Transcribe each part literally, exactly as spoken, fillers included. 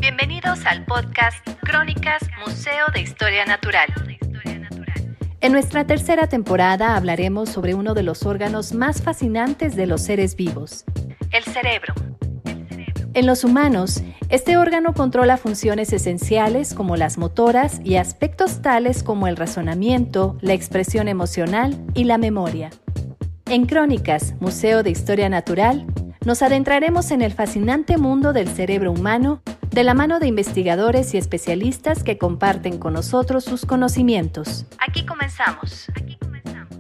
Bienvenidos al podcast Crónicas Museo de Historia Natural. En nuestra tercera temporada hablaremos sobre uno de los órganos más fascinantes de los seres vivos, el cerebro. En los humanos, este órgano controla funciones esenciales como las motoras y aspectos tales como el razonamiento, la expresión emocional y la memoria. En Crónicas Museo de Historia Natural, nos adentraremos en el fascinante mundo del cerebro humano de la mano de investigadores y especialistas que comparten con nosotros sus conocimientos. Aquí comenzamos. Aquí comenzamos.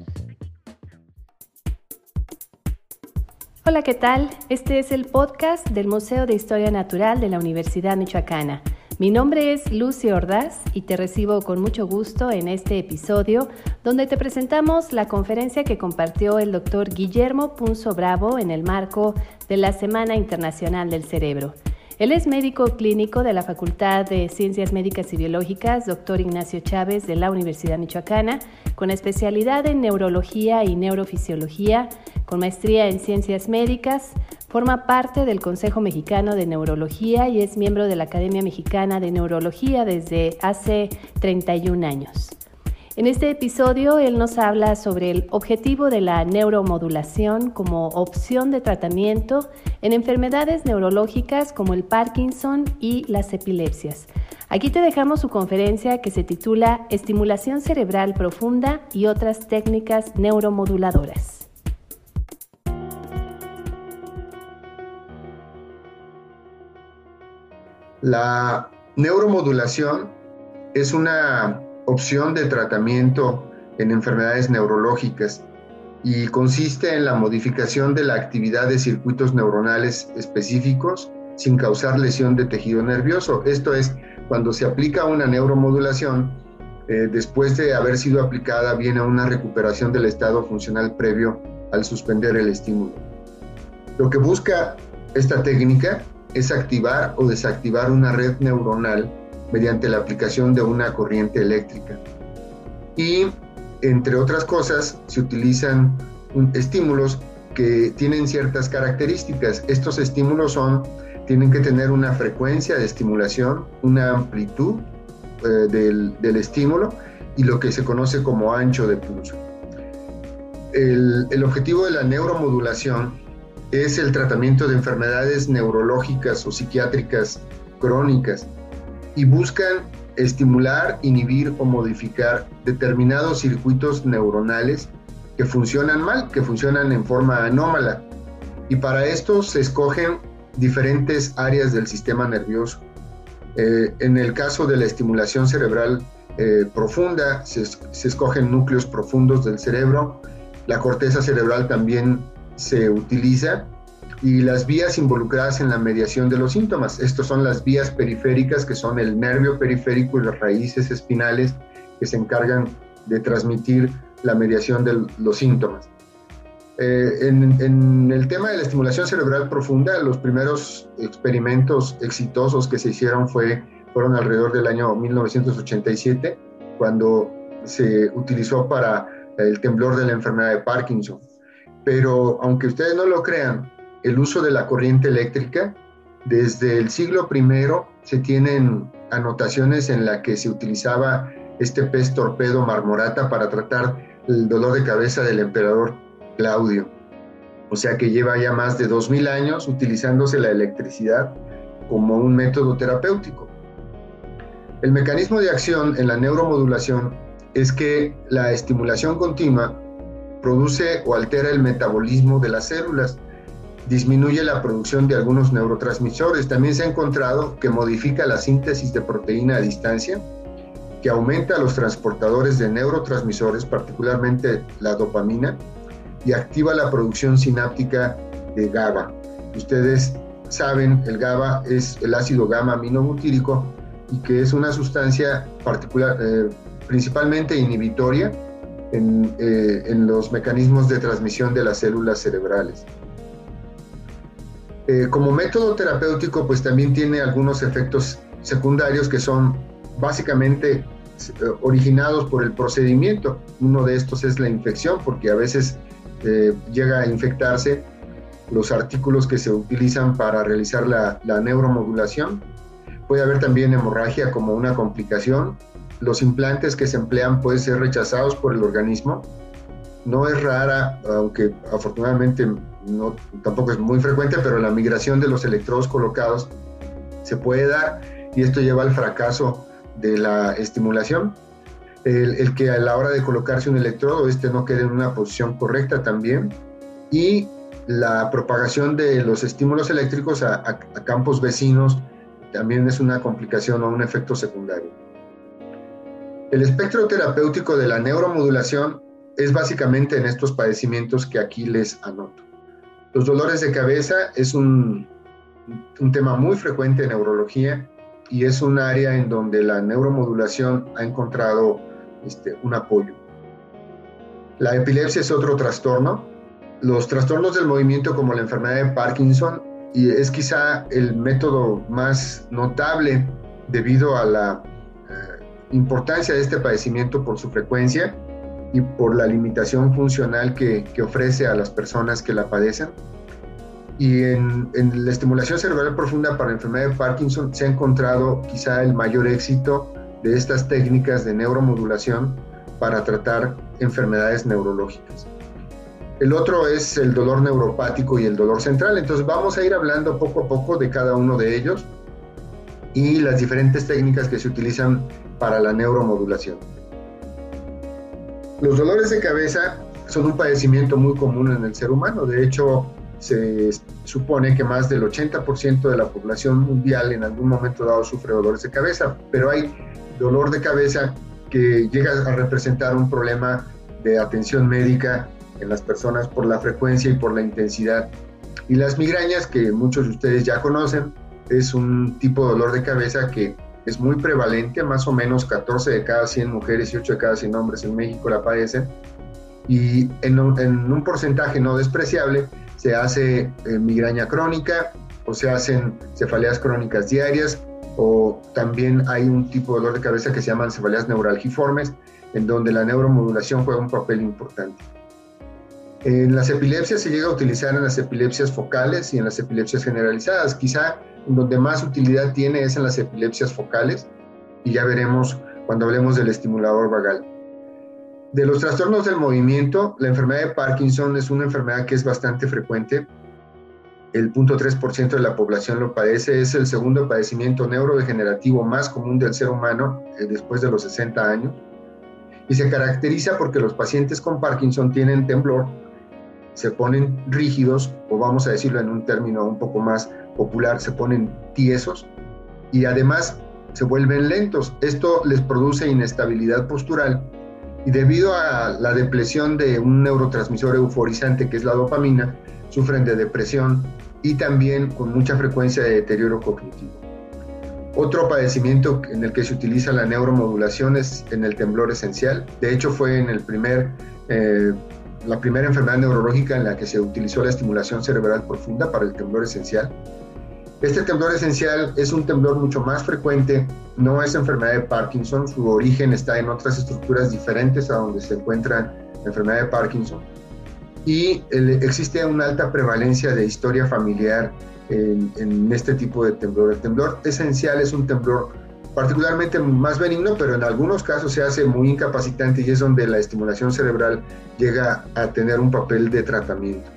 Hola, ¿qué tal? Este es el podcast del Museo de Historia Natural de la Universidad Michoacana. Mi nombre es Lucy Ordaz y te recibo con mucho gusto en este episodio donde te presentamos la conferencia que compartió el doctor Guillermo Punzo Bravo en el marco de la Semana Internacional del Cerebro. Él es médico clínico de la Facultad de Ciencias Médicas y Biológicas, doctor Ignacio Chávez de la Universidad Michoacana, con especialidad en neurología y neurofisiología, con maestría en ciencias médicas, forma parte del Consejo Mexicano de Neurología y es miembro de la Academia Mexicana de Neurología desde hace treinta y un años. En este episodio, él nos habla sobre el objetivo de la neuromodulación como opción de tratamiento en enfermedades neurológicas como el Parkinson y las epilepsias. Aquí te dejamos su conferencia que se titula Estimulación cerebral profunda y otras técnicas neuromoduladoras. La neuromodulación es una opción de tratamiento en enfermedades neurológicas y consiste en la modificación de la actividad de circuitos neuronales específicos sin causar lesión de tejido nervioso. Esto es, cuando se aplica una neuromodulación, eh, después de haber sido aplicada, viene una recuperación del estado funcional previo al suspender el estímulo. Lo que busca esta técnica es activar o desactivar una red neuronal mediante la aplicación de una corriente eléctrica. Y, entre otras cosas, se utilizan un, estímulos que tienen ciertas características. Estos estímulos son, tienen que tener una frecuencia de estimulación, una amplitud eh, del, del estímulo y lo que se conoce como ancho de pulso. El, el objetivo de la neuromodulación es el tratamiento de enfermedades neurológicas o psiquiátricas crónicas y buscan estimular, inhibir o modificar determinados circuitos neuronales que funcionan mal, que funcionan en forma anómala. Y para esto se escogen diferentes áreas del sistema nervioso. Eh, en el caso de la estimulación cerebral eh, profunda, se, se escogen núcleos profundos del cerebro. La corteza cerebral también se utiliza, y las vías involucradas en la mediación de los síntomas. Estos son las vías periféricas, que son el nervio periférico y las raíces espinales que se encargan de transmitir la mediación de los síntomas. Eh, en, en el tema de la estimulación cerebral profunda, los primeros experimentos exitosos que se hicieron fue, fueron alrededor del año mil novecientos ochenta y siete, cuando se utilizó para el temblor de la enfermedad de Parkinson. Pero aunque ustedes no lo crean, el uso de la corriente eléctrica, desde el siglo primero se tienen anotaciones en la que se utilizaba este pez torpedo marmorata para tratar el dolor de cabeza del emperador Claudio. O sea que lleva ya más de dos mil años utilizándose la electricidad como un método terapéutico. El mecanismo de acción en la neuromodulación es que la estimulación continua produce o altera el metabolismo de las células, disminuye la producción de algunos neurotransmisores. También se ha encontrado que modifica la síntesis de proteína a distancia, que aumenta los transportadores de neurotransmisores, particularmente la dopamina, y activa la producción sináptica de GABA. Ustedes saben, el GABA es el ácido gamma-aminobutírico y que es una sustancia particular, eh, principalmente inhibitoria en, eh, en los mecanismos de transmisión de las células cerebrales. Eh, como método terapéutico, pues también tiene algunos efectos secundarios que son básicamente eh, originados por el procedimiento. Uno de estos es la infección, porque a veces eh, llega a infectarse los artículos que se utilizan para realizar la, la neuromodulación. puede haber también hemorragia como una complicación. Los implantes que se emplean pueden ser rechazados por el organismo. No es rara, aunque afortunadamente no, tampoco es muy frecuente, pero la migración de los electrodos colocados se puede dar y esto lleva al fracaso de la estimulación. El, el que a la hora de colocarse un electrodo este no quede en una posición correcta también, y la propagación de los estímulos eléctricos a, a, a campos vecinos también es una complicación o un efecto secundario. El espectro terapéutico de la neuromodulación es básicamente en estos padecimientos que aquí les anoto. Los dolores de cabeza es un, un tema muy frecuente en neurología y es un área en donde la neuromodulación ha encontrado este, un apoyo. La epilepsia es otro trastorno. Los trastornos del movimiento como la enfermedad de Parkinson y es quizá el método más notable debido a la eh, importancia de este padecimiento por su frecuencia y por la limitación funcional que, que ofrece a las personas que la padecen. Y en, en la estimulación cerebral profunda para la enfermedad de Parkinson se ha encontrado quizá el mayor éxito de estas técnicas de neuromodulación para tratar enfermedades neurológicas. El otro es el dolor neuropático y el dolor central. Entonces vamos a ir hablando poco a poco de cada uno de ellos y las diferentes técnicas que se utilizan para la neuromodulación. Los dolores de cabeza son un padecimiento muy común en el ser humano. De hecho, se supone que más del ochenta por ciento de la población mundial en algún momento dado sufre dolores de cabeza, pero hay dolor de cabeza que llega a representar un problema de atención médica en las personas por la frecuencia y por la intensidad. Y las migrañas, que muchos de ustedes ya conocen, es un tipo de dolor de cabeza que es muy prevalente, más o menos catorce de cada cien mujeres y ocho de cada cien hombres en México la padecen, y en un, en un porcentaje no despreciable se hace eh, migraña crónica o se hacen cefaleas crónicas diarias, o también hay un tipo de dolor de cabeza que se llaman cefaleas neuralgiformes, en donde la neuromodulación juega un papel importante. En las epilepsias se llega a utilizar en las epilepsias focales y en las epilepsias generalizadas. Quizá donde más utilidad tiene es en las epilepsias focales, y ya veremos cuando hablemos del estimulador vagal. De los trastornos del movimiento, la enfermedad de Parkinson es una enfermedad que es bastante frecuente. El cero punto tres por ciento de la población lo padece. Es el segundo padecimiento neurodegenerativo más común del ser humano eh, después de los sesenta años. Y se caracteriza porque los pacientes con Parkinson tienen temblor, se ponen rígidos, o vamos a decirlo en un término un poco más popular, se ponen tiesos y además se vuelven lentos. Esto les produce inestabilidad postural y debido a la depresión de un neurotransmisor euforizante que es la dopamina, sufren de depresión y también con mucha frecuencia de deterioro cognitivo. Otro padecimiento en el que se utiliza la neuromodulación es en el temblor esencial. De hecho, fue en el primer, eh, la primera enfermedad neurológica en la que se utilizó la estimulación cerebral profunda para el temblor esencial. Este temblor esencial es un temblor mucho más frecuente, no es enfermedad de Parkinson, su origen está en otras estructuras diferentes a donde se encuentra la enfermedad de Parkinson. Y el, existe una alta prevalencia de historia familiar en, en este tipo de temblor. El temblor esencial es un temblor particularmente más benigno, pero en algunos casos se hace muy incapacitante y es donde la estimulación cerebral llega a tener un papel de tratamiento.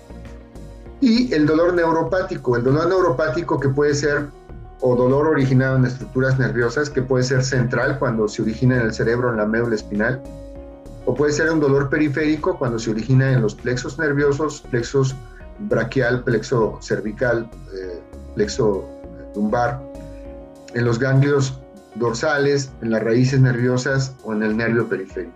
Y el dolor neuropático, el dolor neuropático que puede ser o dolor originado en estructuras nerviosas, que puede ser central cuando se origina en el cerebro, en la médula espinal, o puede ser un dolor periférico cuando se origina en los plexos nerviosos, plexos braquial, plexo cervical, eh, plexo lumbar, en los ganglios dorsales, en las raíces nerviosas o en el nervio periférico.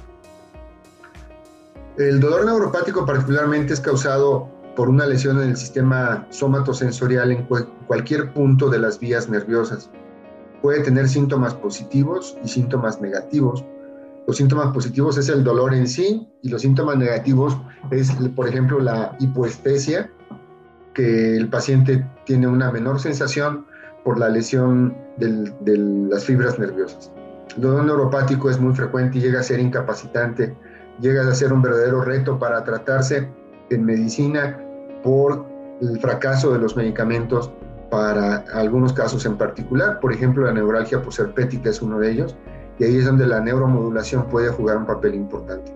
El dolor neuropático particularmente es causado por una lesión en el sistema somatosensorial en cual, cualquier punto de las vías nerviosas. Puede tener síntomas positivos y síntomas negativos. Los síntomas positivos es el dolor en sí, y los síntomas negativos es, por ejemplo, la hipoestesia, que el paciente tiene una menor sensación por la lesión del, de las fibras nerviosas. El dolor neuropático es muy frecuente y llega a ser incapacitante, llega a ser un verdadero reto para tratarse en medicina por el fracaso de los medicamentos para algunos casos en particular. Por ejemplo, la neuralgia posherpética es uno de ellos, y ahí es donde la neuromodulación puede jugar un papel importante.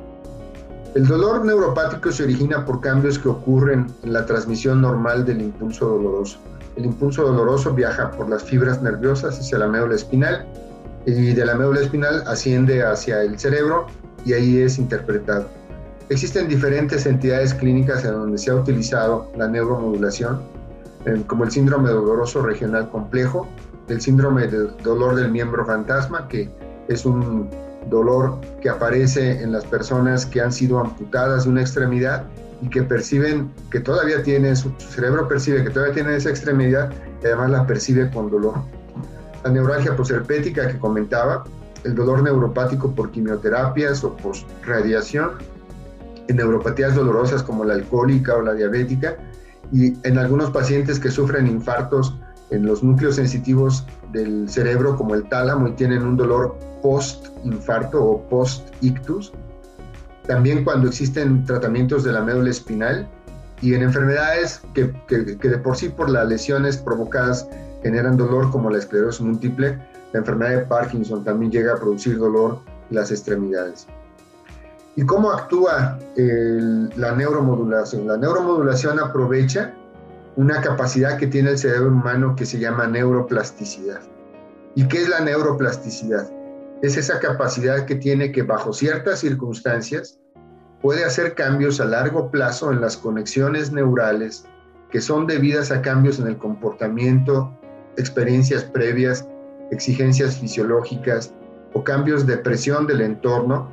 El dolor neuropático se origina por cambios que ocurren en la transmisión normal del impulso doloroso. El impulso doloroso viaja por las fibras nerviosas hacia la médula espinal, y de la médula espinal asciende hacia el cerebro y ahí es interpretado. Existen diferentes entidades clínicas en donde se ha utilizado la neuromodulación, eh, como el síndrome doloroso regional complejo, el síndrome de dolor del miembro fantasma, que es un dolor que aparece en las personas que han sido amputadas de una extremidad y que perciben que todavía tiene, su cerebro percibe que todavía tiene esa extremidad y además la percibe con dolor. La neuralgia posherpética que comentaba, el dolor neuropático por quimioterapias o por radiación, en neuropatías dolorosas como la alcohólica o la diabética, y en algunos pacientes que sufren infartos en los núcleos sensitivos del cerebro como el tálamo y tienen un dolor post-infarto o post-ictus. También cuando existen tratamientos de la médula espinal y en enfermedades que, que, que de por sí por las lesiones provocadas generan dolor como la esclerosis múltiple, la enfermedad de Parkinson también llega a producir dolor en las extremidades. ¿Y cómo actúa el, la neuromodulación? La neuromodulación aprovecha una capacidad que tiene el cerebro humano que se llama neuroplasticidad. ¿Y qué es la neuroplasticidad? Es esa capacidad que tiene que bajo ciertas circunstancias puede hacer cambios a largo plazo en las conexiones neurales que son debidas a cambios en el comportamiento, experiencias previas, exigencias fisiológicas o cambios de presión del entorno,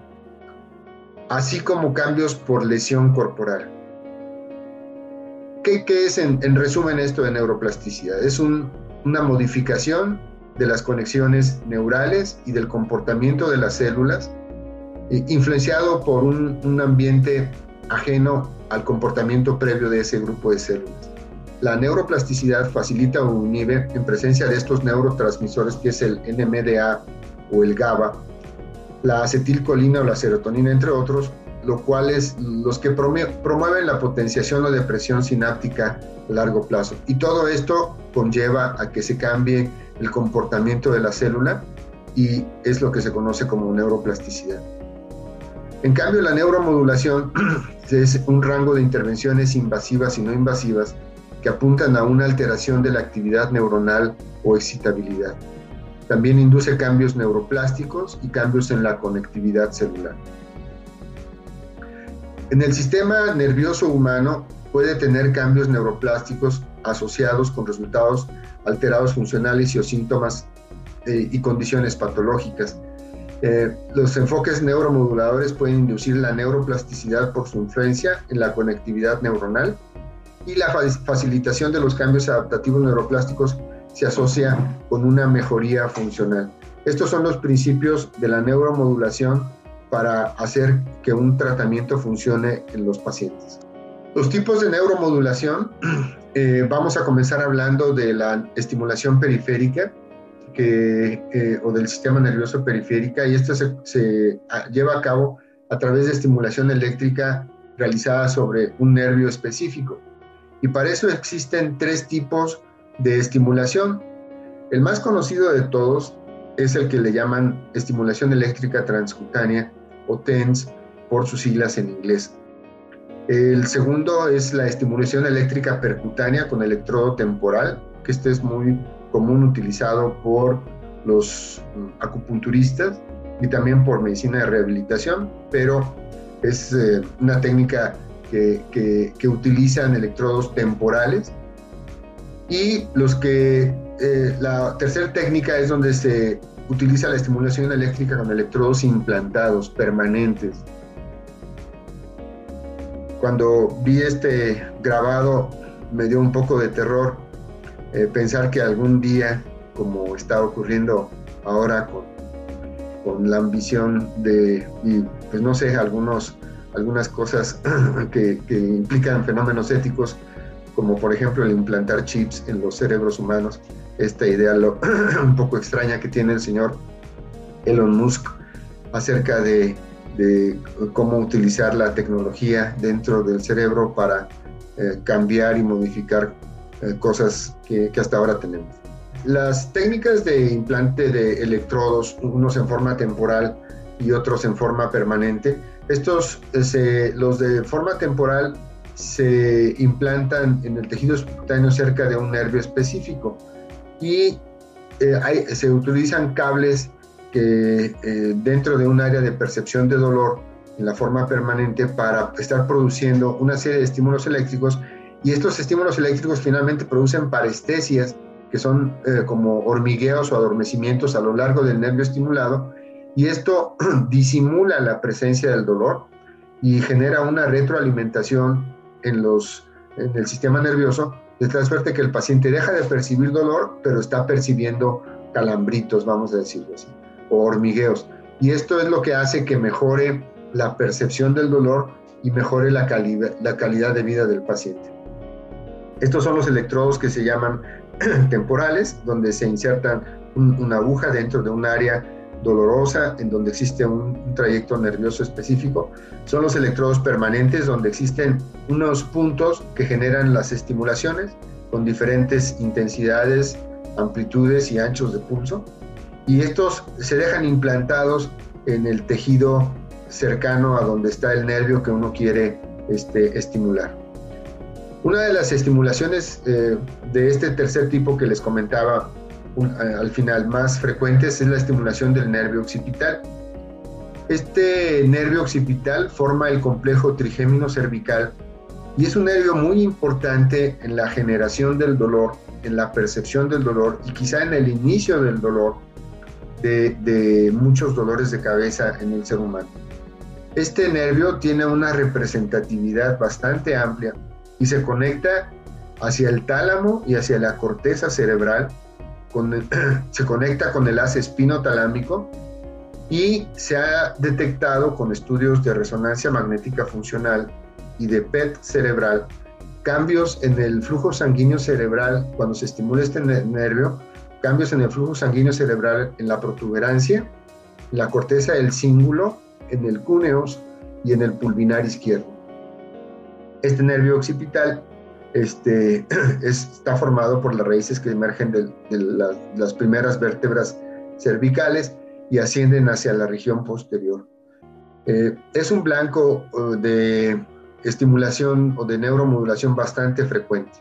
así como cambios por lesión corporal. ¿Qué, qué es en, en resumen esto de neuroplasticidad? Es un, una modificación de las conexiones neurales y del comportamiento de las células, eh, influenciado por un, un ambiente ajeno al comportamiento previo de ese grupo de células. La neuroplasticidad facilita o inhibe en presencia de estos neurotransmisores que es el N M D A o el GABA, la acetilcolina o la serotonina, entre otros, lo cual es los que promueven la potenciación o depresión sináptica a largo plazo. Y todo esto conlleva a que se cambie el comportamiento de la célula y es lo que se conoce como neuroplasticidad. En cambio, la neuromodulación es un rango de intervenciones invasivas y no invasivas que apuntan a una alteración de la actividad neuronal o excitabilidad. También induce cambios neuroplásticos y cambios en la conectividad celular. En el sistema nervioso humano puede tener cambios neuroplásticos asociados con resultados alterados funcionales y o síntomas eh, y condiciones patológicas. Eh, los enfoques neuromoduladores pueden inducir la neuroplasticidad por su influencia en la conectividad neuronal y la facilitación de los cambios adaptativos neuroplásticos se asocia con una mejoría funcional. Estos son los principios de la neuromodulación para hacer que un tratamiento funcione en los pacientes. Los tipos de neuromodulación, eh, vamos a comenzar hablando de la estimulación periférica que, eh, o del sistema nervioso periférica, y esto se, se a, lleva a cabo a través de estimulación eléctrica realizada sobre un nervio específico. Y para eso existen tres tipos de estimulación. El más conocido de todos es el que le llaman estimulación eléctrica transcutánea o T E N S por sus siglas en inglés. El segundo es la estimulación eléctrica percutánea con electrodo temporal, que este es muy común utilizado por los acupunturistas y también por medicina de rehabilitación, pero es eh, una técnica que, que, que utilizan electrodos temporales. Y los que, eh, la tercera técnica es donde se utiliza la estimulación eléctrica con electrodos implantados, permanentes. Cuando vi este grabado me dio un poco de terror eh, pensar que algún día, como está ocurriendo ahora con, con la ambición de, y pues no sé, algunos, algunas cosas que, que implican fenómenos éticos, como por ejemplo el implantar chips en los cerebros humanos, esta idea lo, un poco extraña que tiene el señor Elon Musk acerca de, de cómo utilizar la tecnología dentro del cerebro para eh, cambiar y modificar eh, cosas que, que hasta ahora tenemos. Las técnicas de implante de electrodos, unos en forma temporal y otros en forma permanente, estos, se, los de forma temporal se implantan en el tejido subcutáneo cerca de un nervio específico y eh, hay, se utilizan cables que eh, dentro de un área de percepción de dolor en la forma permanente para estar produciendo una serie de estímulos eléctricos, y estos estímulos eléctricos finalmente producen parestesias, que son eh, como hormigueos o adormecimientos a lo largo del nervio estimulado, y esto disimula la presencia del dolor y genera una retroalimentación en, los, en el sistema nervioso, de tal suerte que el paciente deja de percibir dolor, pero está percibiendo calambritos, vamos a decirlo así, o hormigueos. Y esto es lo que hace que mejore la percepción del dolor y mejore la, cali la calidad de vida del paciente. Estos son los electrodos que se llaman temporales, donde se insertan un, una aguja dentro de un área dolorosa en donde existe un, un trayecto nervioso específico. Son los electrodos permanentes, donde existen unos puntos que generan las estimulaciones con diferentes intensidades, amplitudes y anchos de pulso, y estos se dejan implantados en el tejido cercano a donde está el nervio que uno quiere este, estimular. Una de las estimulaciones eh, de este tercer tipo que les comentaba un, eh, al final más frecuentes es la estimulación del nervio occipital. Este nervio occipital forma el complejo trigémino cervical y es un nervio muy importante en la generación del dolor, en la percepción del dolor y quizá en el inicio del dolor de, de muchos dolores de cabeza en el ser humano. Este nervio tiene una representatividad bastante amplia y se conecta hacia el tálamo y hacia la corteza cerebral, con el, se conecta con el haz espinotalámico y se ha detectado con estudios de resonancia magnética funcional y de P E T cerebral cambios en el flujo sanguíneo cerebral cuando se estimula este nervio, cambios en el flujo sanguíneo cerebral en la protuberancia, en la corteza del cíngulo, en el cúneus y en el pulvinar izquierdo. Este nervio occipital este, es, está formado por las raíces que emergen de, de la, las primeras vértebras cervicales y ascienden hacia la región posterior. Eh, es un blanco uh, de estimulación o de neuromodulación bastante frecuente.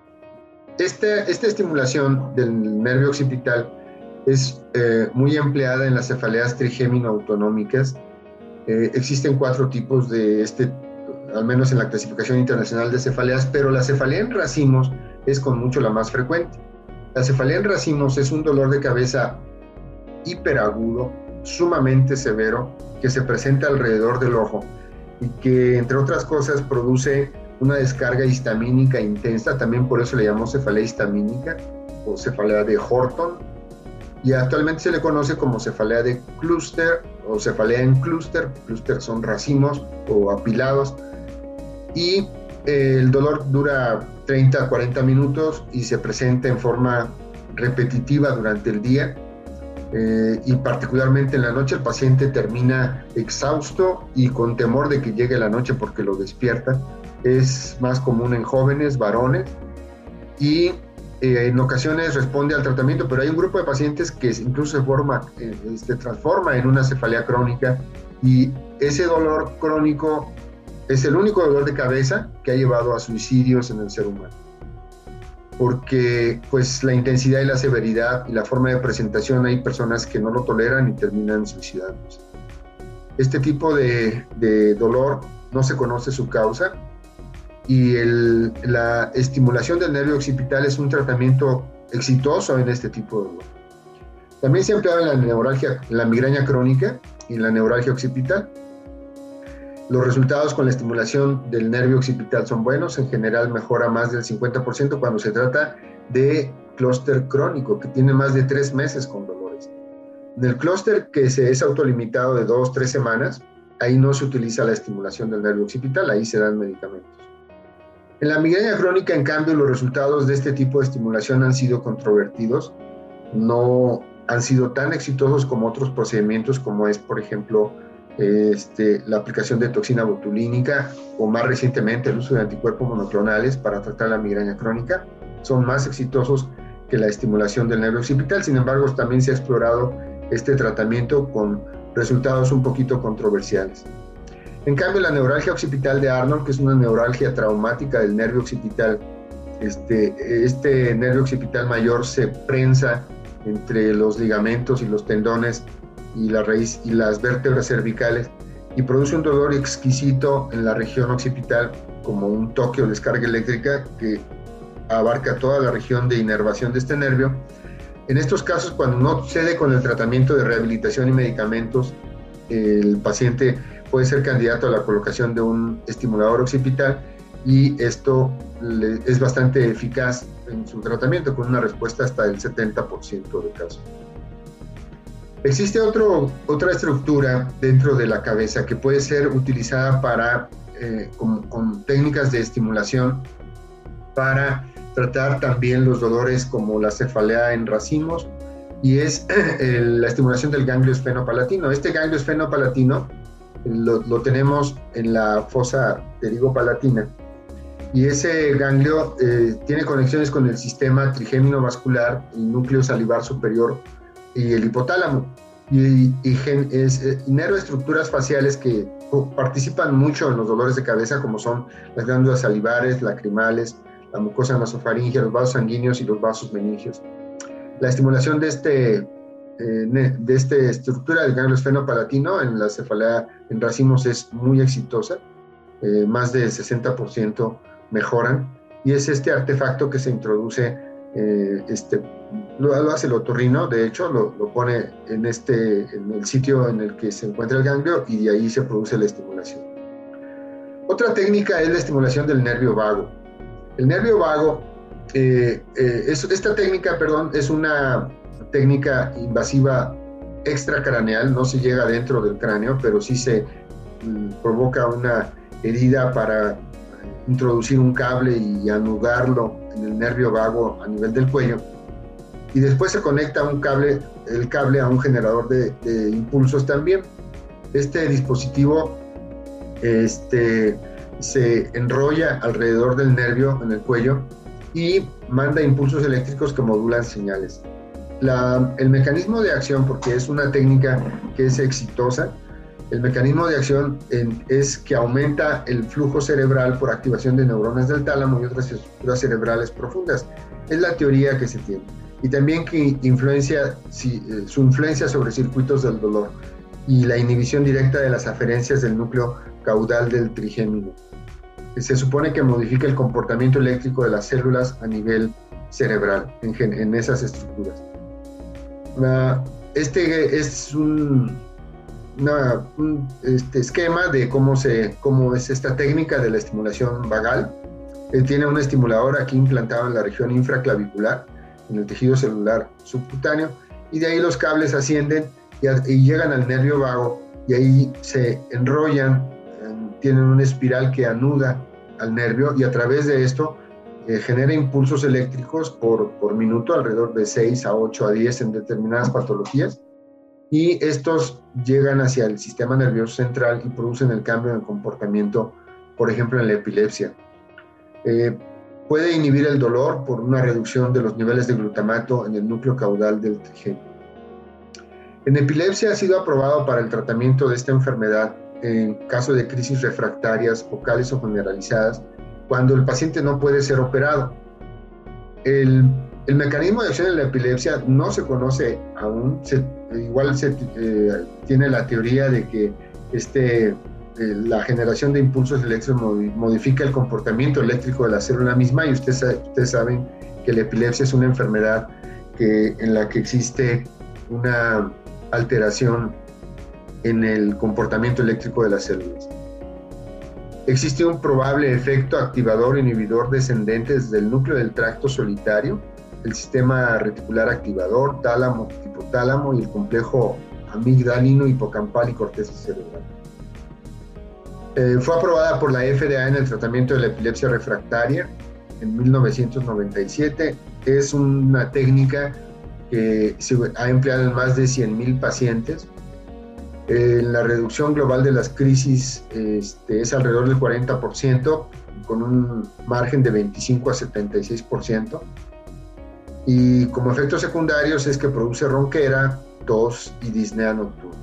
Este, esta estimulación del nervio occipital es eh, muy empleada en las cefaleas trigémino-autonómicas. Eh, existen cuatro tipos de este, al menos en la clasificación internacional de cefaleas, pero la cefalea en racimos es con mucho la más frecuente. La cefalea en racimos es un dolor de cabeza hiperagudo, sumamente severo, que se presenta alrededor del ojo y que, entre otras cosas, produce una descarga histamínica intensa. También por eso le llamamos cefalea histamínica o cefalea de Horton, y actualmente se le conoce como cefalea de clúster o cefalea en clúster. Clúster son racimos o apilados, y eh, el dolor dura treinta a cuarenta minutos y se presenta en forma repetitiva durante el día. Eh, y particularmente en la noche el paciente termina exhausto y con temor de que llegue la noche porque lo despierta. Es más común en jóvenes, varones, y eh, en ocasiones responde al tratamiento, pero hay un grupo de pacientes que incluso se forma, eh, se transforma en una cefalea crónica, y ese dolor crónico es el único dolor de cabeza que ha llevado a suicidios en el ser humano, porque pues la intensidad y la severidad y la forma de presentación, hay personas que no lo toleran y terminan suicidándose. Este tipo de, de dolor no se conoce su causa, y el, la estimulación del nervio occipital es un tratamiento exitoso en este tipo de dolor. También se ha empleado en la neuralgia, en la migraña crónica y en la neuralgia occipital. Los resultados con la estimulación del nervio occipital son buenos, en general mejora más del cincuenta por ciento cuando se trata de clúster crónico, que tiene más de tres meses con dolores. En el clúster que se es autolimitado de dos, tres semanas, ahí no se utiliza la estimulación del nervio occipital, ahí se dan medicamentos. En la migraña crónica, en cambio, los resultados de este tipo de estimulación han sido controvertidos, no han sido tan exitosos como otros procedimientos, como es, por ejemplo, Este, la aplicación de toxina botulínica, o más recientemente el uso de anticuerpos monoclonales para tratar la migraña crónica. son más exitosos que la estimulación del nervio occipital. Sin embargo, también se ha explorado este tratamiento con resultados un poquito controversiales. En cambio, la neuralgia occipital de Arnold, que es una neuralgia traumática del nervio occipital, este, este nervio occipital mayor se prensa entre los ligamentos y los tendones y la raíz y las vértebras cervicales y produce un dolor exquisito en la región occipital, como un toque o descarga eléctrica que abarca toda la región de inervación de este nervio. En estos casos, cuando no cede con el tratamiento de rehabilitación y medicamentos, el paciente puede ser candidato a la colocación de un estimulador occipital, y esto le, es bastante eficaz en su tratamiento, con una respuesta hasta del setenta por ciento de casos. Existe otro, otra estructura dentro de la cabeza que puede ser utilizada para, eh, con, con técnicas de estimulación para tratar también los dolores como la cefalea en racimos, y es eh, la estimulación del ganglio esfenopalatino. Este ganglio esfenopalatino lo, lo tenemos en la fosa pterigopalatina, y ese ganglio eh, tiene conexiones con el sistema trigémino vascular, el núcleo salivar superior y el hipotálamo, y, y gen, es, eh, inerva estructuras faciales que participan mucho en los dolores de cabeza, como son las glándulas salivares, lacrimales, la mucosa nasofaringea, los vasos sanguíneos y los vasos meningios. La estimulación de este eh, de esta estructura del ganglio esfenopalatino en la cefalea en racimos es muy exitosa, eh, más del sesenta por ciento mejoran, y es este artefacto que se introduce, eh, este, lo, lo hace el otorrino, de hecho, lo, lo pone en, este, en el sitio en el que se encuentra el ganglio, y de ahí se produce la estimulación. Otra técnica es la estimulación del nervio vago. El nervio vago, eh, eh, es, esta técnica, perdón, es una técnica invasiva extracraneal, no se llega dentro del cráneo, pero sí se mm, provoca una herida para introducir un cable y anudarlo en el nervio vago a nivel del cuello, y después se conecta un cable, el cable a un generador de, de impulsos también. Este dispositivo este, se enrolla alrededor del nervio en el cuello y manda impulsos eléctricos que modulan señales. La, el mecanismo de acción, porque es una técnica que es exitosa, el mecanismo de acción en, es que aumenta el flujo cerebral por activación de neuronas del tálamo y otras estructuras cerebrales profundas. Es la teoría que se tiene. Y también que influencia, si, eh, su influencia sobre circuitos del dolor y la inhibición directa de las aferencias del núcleo caudal del trigémino. Se supone que modifica el comportamiento eléctrico de las células a nivel cerebral, en, en esas estructuras. Uh, este es un... Una, un este, esquema de cómo, se, cómo es esta técnica de la estimulación vagal. Eh, tiene un estimulador aquí implantado en la región infraclavicular, en el tejido celular subcutáneo, y de ahí los cables ascienden y, a, y llegan al nervio vago, y ahí se enrollan, eh, tienen una espiral que anuda al nervio, y a través de esto eh, genera impulsos eléctricos por, por minuto, alrededor de seis a ocho a diez en determinadas patologías, y estos llegan hacia el sistema nervioso central y producen el cambio en el comportamiento, por ejemplo, en la epilepsia. Eh, puede inhibir el dolor por una reducción de los niveles de glutamato en el núcleo caudal del trigémino. En epilepsia ha sido aprobado para el tratamiento de esta enfermedad en caso de crisis refractarias focales o generalizadas, cuando el paciente no puede ser operado. El El mecanismo de acción de la epilepsia no se conoce aún. Se, igual se eh, tiene la teoría de que este, eh, la generación de impulsos eléctricos modifica el comportamiento eléctrico de la célula misma, y ustedes, ustedes saben que la epilepsia es una enfermedad que, en la que existe una alteración en el comportamiento eléctrico de las células. Existe un probable efecto activador inhibidor descendente desde el núcleo del tracto solitario, el sistema reticular activador, tálamo, hipotálamo y el complejo amigdalino, hipocampal y corteza cerebral. Eh, fue aprobada por la F D A en el tratamiento de la epilepsia refractaria en mil novecientos noventa y siete. Es una técnica que se ha empleado en más de cien mil pacientes. Eh, la reducción global de las crisis este, es alrededor del cuarenta por ciento con un margen de veinticinco a setenta y seis por ciento. Y como efectos secundarios es que produce ronquera, tos y disnea nocturna.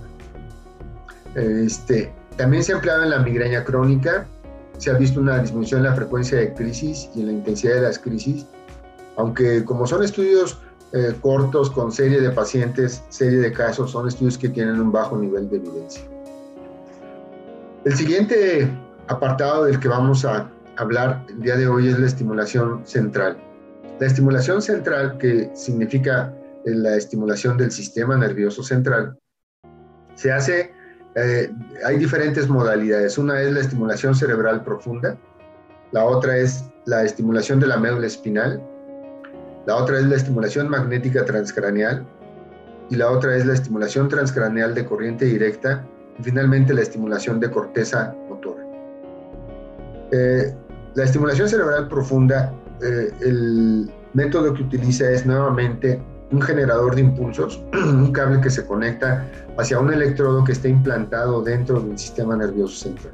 Este, también se ha empleado en la migraña crónica. Se ha visto una disminución en la frecuencia de crisis y en la intensidad de las crisis, aunque como son estudios eh, cortos con serie de pacientes, serie de casos, son estudios que tienen un bajo nivel de evidencia. El siguiente apartado del que vamos a hablar el día de hoy es la estimulación central. La estimulación central, que significa la estimulación del sistema nervioso central, se hace, eh, hay diferentes modalidades. Una es la estimulación cerebral profunda, la otra es la estimulación de la médula espinal, la otra es la estimulación magnética transcraneal y la otra es la estimulación transcraneal de corriente directa y finalmente la estimulación de corteza motora. Eh, la estimulación cerebral profunda, eh, el método que utiliza es nuevamente un generador de impulsos, un cable que se conecta hacia un electrodo que está implantado dentro del sistema nervioso central.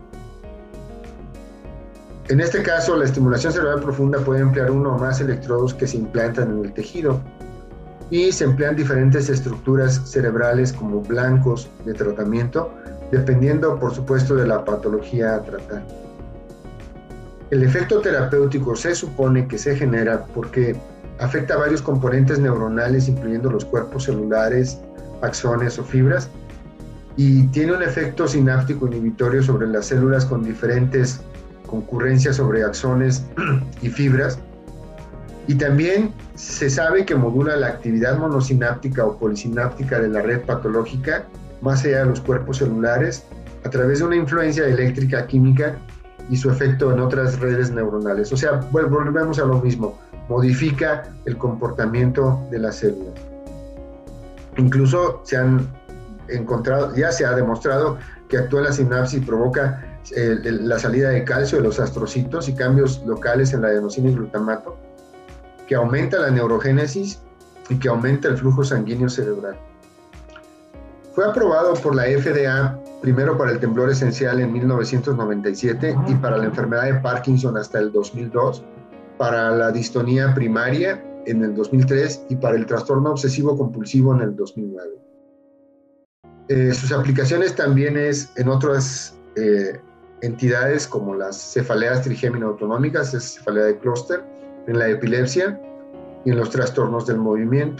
En este caso, la estimulación cerebral profunda puede emplear uno o más electrodos que se implantan en el tejido y se emplean diferentes estructuras cerebrales como blancos de tratamiento, dependiendo, por supuesto, de la patología a tratar. El efecto terapéutico se supone que se genera porque afecta a varios componentes neuronales, incluyendo los cuerpos celulares, axones o fibras, y tiene un efecto sináptico inhibitorio sobre las células con diferentes concurrencias sobre axones y fibras. Y también se sabe que modula la actividad monosináptica o polisináptica de la red patológica más allá de los cuerpos celulares a través de una influencia eléctrica química y su efecto en otras redes neuronales. O sea, volvemos a lo mismo, modifica el comportamiento de las células. Incluso se han encontrado, ya se ha demostrado que actúa en la sinapsis y provoca eh, la salida de calcio de los astrocitos y cambios locales en la adenosina y glutamato, que aumenta la neurogénesis y que aumenta el flujo sanguíneo cerebral. Fue aprobado por la F D A primero para el temblor esencial en mil novecientos noventa y siete y para la enfermedad de Parkinson hasta el dos mil dos, para la distonía primaria en el dos mil tres y para el trastorno obsesivo compulsivo en el dos mil nueve. Eh, sus aplicaciones también es en otras eh, entidades como las cefaleas trigémino autonómicas, es cefalea de clúster, en la epilepsia y en los trastornos del movimiento.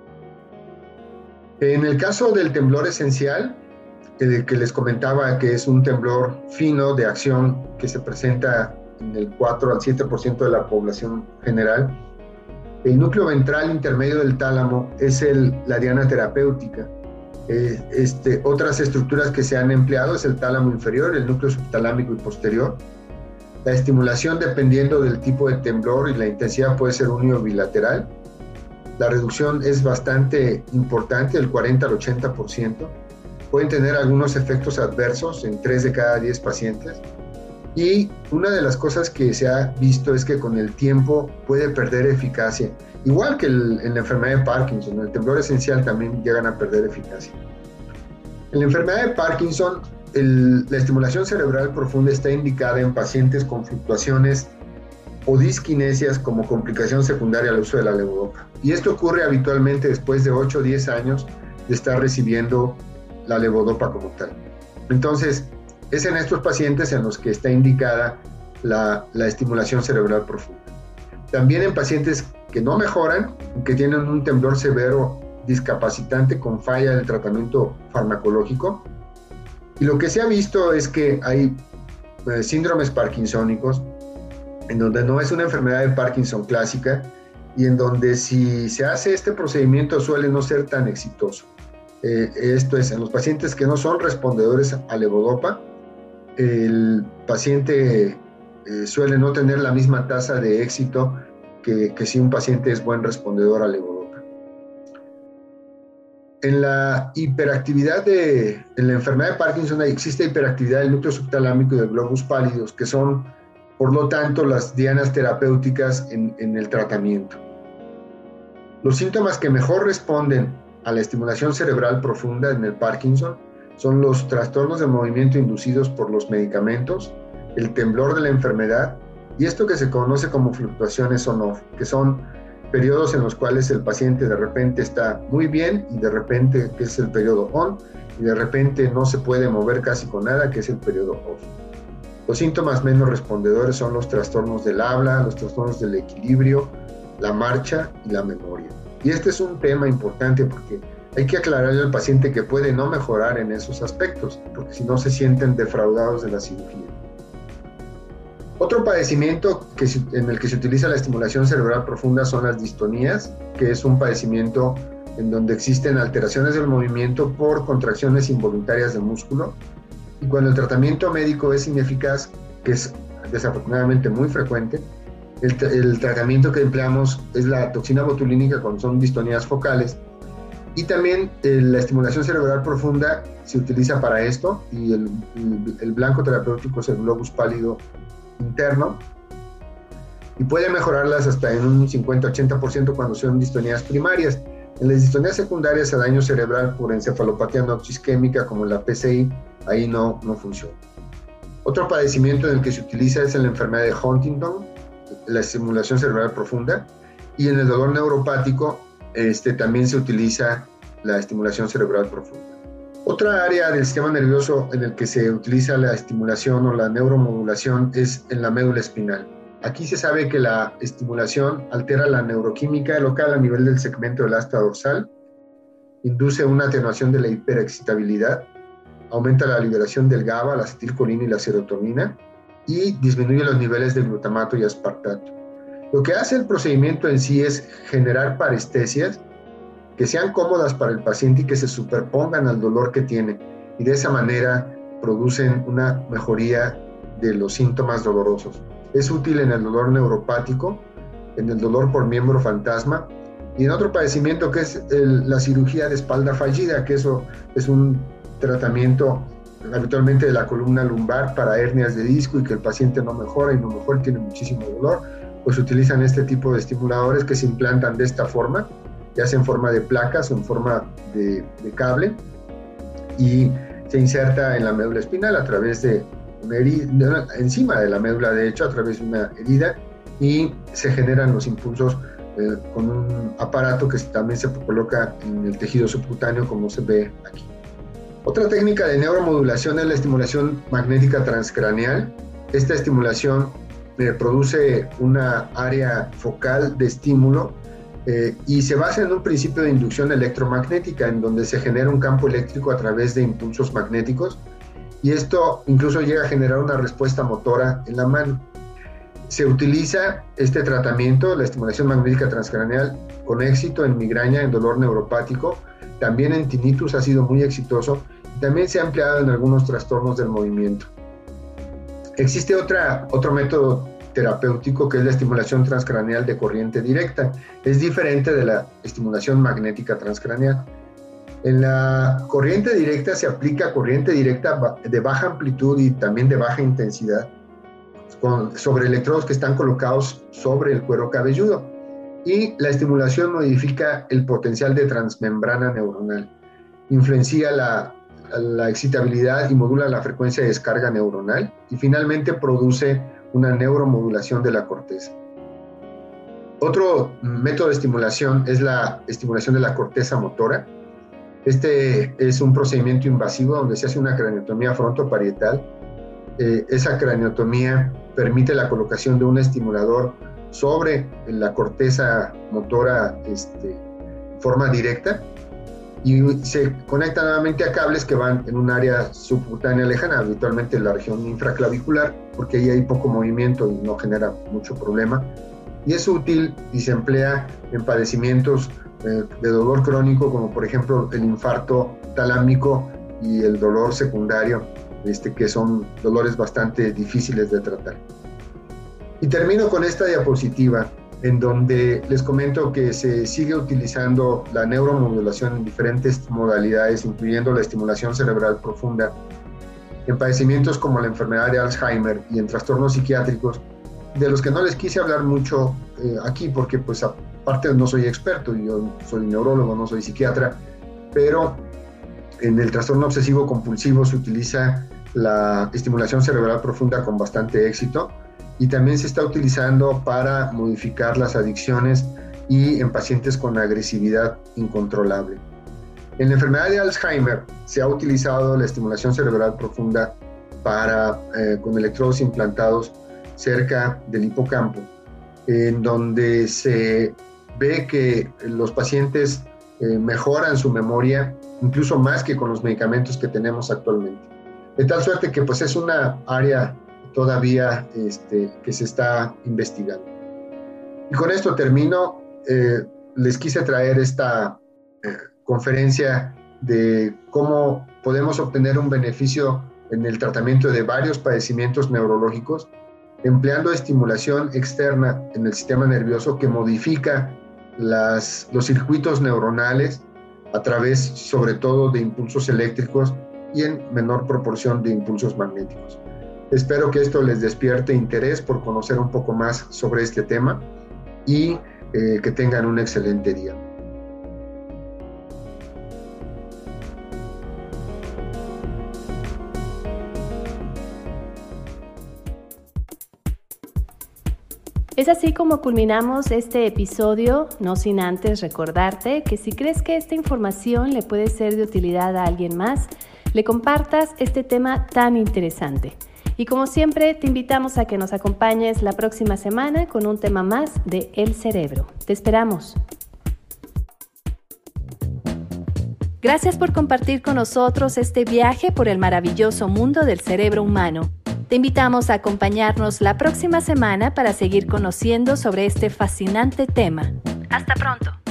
En el caso del temblor esencial, el que les comentaba que es un temblor fino de acción que se presenta en el cuatro al siete por ciento de la población general, el núcleo ventral intermedio del tálamo es el, la diana terapéutica. Eh, este, otras estructuras que se han empleado es el tálamo inferior, el núcleo subtalámico y posterior. La estimulación, dependiendo del tipo de temblor y la intensidad, puede ser uni o bilateral. La reducción es bastante importante, del cuarenta al ochenta por ciento. Pueden tener algunos efectos adversos en tres de cada diez pacientes. Y una de las cosas que se ha visto es que con el tiempo puede perder eficacia. Igual que el, en la enfermedad de Parkinson, el temblor esencial también llegan a perder eficacia. En la enfermedad de Parkinson, el, la estimulación cerebral profunda está indicada en pacientes con fluctuaciones o disquinesias como complicación secundaria al uso de la levodopa. Y esto ocurre habitualmente después de ocho o diez años de estar recibiendo la levodopa como tal. Entonces, es en estos pacientes en los que está indicada la, la estimulación cerebral profunda. También en pacientes que no mejoran, que tienen un temblor severo discapacitante con falla del tratamiento farmacológico. Y lo que se ha visto es que hay eh, síndromes parkinsónicos, en donde no es una enfermedad de Parkinson clásica y en donde si se hace este procedimiento suele no ser tan exitoso. Eh, esto es, en los pacientes que no son respondedores a levodopa, el paciente eh, suele no tener la misma tasa de éxito que, que si un paciente es buen respondedor a levodopa. En la hiperactividad de, en la enfermedad de Parkinson existe hiperactividad del núcleo subtalámico y del globus pálidos, que son, por lo tanto, las dianas terapéuticas en, en el tratamiento. Los síntomas que mejor responden a la estimulación cerebral profunda en el Parkinson son los trastornos de movimiento inducidos por los medicamentos, el temblor de la enfermedad Y esto que se conoce como fluctuaciones on-off, que son periodos en los cuales el paciente de repente está muy bien y de repente, que es el periodo on, y de repente no se puede mover casi con nada, que es el periodo off. Los síntomas menos respondedores son los trastornos del habla, los trastornos del equilibrio, la marcha y la memoria. Y este es un tema importante porque hay que aclararle al paciente que puede no mejorar en esos aspectos, porque si no se sienten defraudados de la cirugía. Otro padecimiento que se, en el que se utiliza la estimulación cerebral profunda son las distonías, que es un padecimiento en donde existen alteraciones del movimiento por contracciones involuntarias del músculo, y cuando el tratamiento médico es ineficaz, que es desafortunadamente muy frecuente, el, el tratamiento que empleamos es la toxina botulínica cuando son distonías focales, y también eh, la estimulación cerebral profunda se utiliza para esto, y el, el, el blanco terapéutico es el globus pálido interno, y puede mejorarlas hasta en un cincuenta a ochenta por ciento cuando son distonías primarias. En las distonías secundarias a daño cerebral por encefalopatía noctis isquémica como la P C I, ahí no, no funciona. Otro padecimiento en el que se utiliza es en la enfermedad de Huntington, la estimulación cerebral profunda, y en el dolor neuropático este, también se utiliza la estimulación cerebral profunda. Otra área del sistema nervioso en el que se utiliza la estimulación o la neuromodulación es en la médula espinal. Aquí se sabe que la estimulación altera la neuroquímica local a nivel del segmento del asta dorsal, induce una atenuación de la hiperexcitabilidad, aumenta la liberación del GABA, la acetilcolina y la serotonina, y disminuye los niveles de glutamato y aspartato. Lo que hace el procedimiento en sí es generar parestesias que sean cómodas para el paciente y que se superpongan al dolor que tiene, y de esa manera producen una mejoría de los síntomas dolorosos. Es útil en el dolor neuropático, en el dolor por miembro fantasma y en otro padecimiento que es el, la cirugía de espalda fallida, que eso es un tratamiento habitualmente de la columna lumbar para hernias de disco y que el paciente no mejora y no mejora, tiene muchísimo dolor, pues utilizan este tipo de estimuladores que se implantan de esta forma, ya sea en forma de placas o en forma de, de cable, y se inserta en la médula espinal a través de una herida, encima de la médula de hecho, a través de una herida, y se generan los impulsos eh, con un aparato que también se coloca en el tejido subcutáneo, como se ve aquí. Otra técnica de neuromodulación es la estimulación magnética transcraneal. Esta estimulación eh, produce una área focal de estímulo eh, y se basa en un principio de inducción electromagnética en donde se genera un campo eléctrico a través de impulsos magnéticos, y esto incluso llega a generar una respuesta motora en la mano. Se utiliza este tratamiento, la estimulación magnética transcraneal, con éxito en migraña, en dolor neuropático, también en tinnitus ha sido muy exitoso, y también se ha empleado en algunos trastornos del movimiento. Existe otra, otro método terapéutico que es la estimulación transcraneal de corriente directa. Es diferente de la estimulación magnética transcraneal. En la corriente directa se aplica corriente directa de baja amplitud y también de baja intensidad con, sobre electrodos que están colocados sobre el cuero cabelludo, y la estimulación modifica el potencial de transmembrana neuronal, influencia la, la excitabilidad y modula la frecuencia de descarga neuronal, y finalmente produce una neuromodulación de la corteza. Otro método de estimulación es la estimulación de la corteza motora. Este es un procedimiento invasivo donde se hace una craniotomía frontoparietal. Eh, esa craniotomía permite la colocación de un estimulador sobre la corteza motora este, en forma directa, y se conecta nuevamente a cables que van en un área subcutánea lejana, habitualmente en la región infraclavicular, porque ahí hay poco movimiento y no genera mucho problema, y es útil y se emplea en padecimientos eh, de dolor crónico, como por ejemplo el infarto talámico y el dolor secundario, este, que son dolores bastante difíciles de tratar. Y termino con esta diapositiva, en donde les comento que se sigue utilizando la neuromodulación en diferentes modalidades, incluyendo la estimulación cerebral profunda, en padecimientos como la enfermedad de Alzheimer y en trastornos psiquiátricos, de los que no les quise hablar mucho eh, aquí, porque pues aparte no soy experto, yo soy neurólogo, no soy psiquiatra, pero en el trastorno obsesivo compulsivo se utiliza la estimulación cerebral profunda con bastante éxito, y también se está utilizando para modificar las adicciones y en pacientes con agresividad incontrolable. En la enfermedad de Alzheimer se ha utilizado la estimulación cerebral profunda para, eh, con electrodos implantados cerca del hipocampo, en donde se ve que los pacientes eh, mejoran su memoria, incluso más que con los medicamentos que tenemos actualmente. De tal suerte que pues, es una área todavía este, que se está investigando. Y con esto termino. Eh, les quise traer esta eh, conferencia de cómo podemos obtener un beneficio en el tratamiento de varios padecimientos neurológicos empleando estimulación externa en el sistema nervioso que modifica las, los circuitos neuronales a través sobre todo de impulsos eléctricos y en menor proporción de impulsos magnéticos. Espero que esto les despierte interés por conocer un poco más sobre este tema y eh, que tengan un excelente día. Es así como culminamos este episodio, no sin antes recordarte que si crees que esta información le puede ser de utilidad a alguien más, le compartas este tema tan interesante. Y como siempre, te invitamos a que nos acompañes la próxima semana con un tema más de El Cerebro. Te esperamos. Gracias por compartir con nosotros este viaje por el maravilloso mundo del cerebro humano. Te invitamos a acompañarnos la próxima semana para seguir conociendo sobre este fascinante tema. Hasta pronto.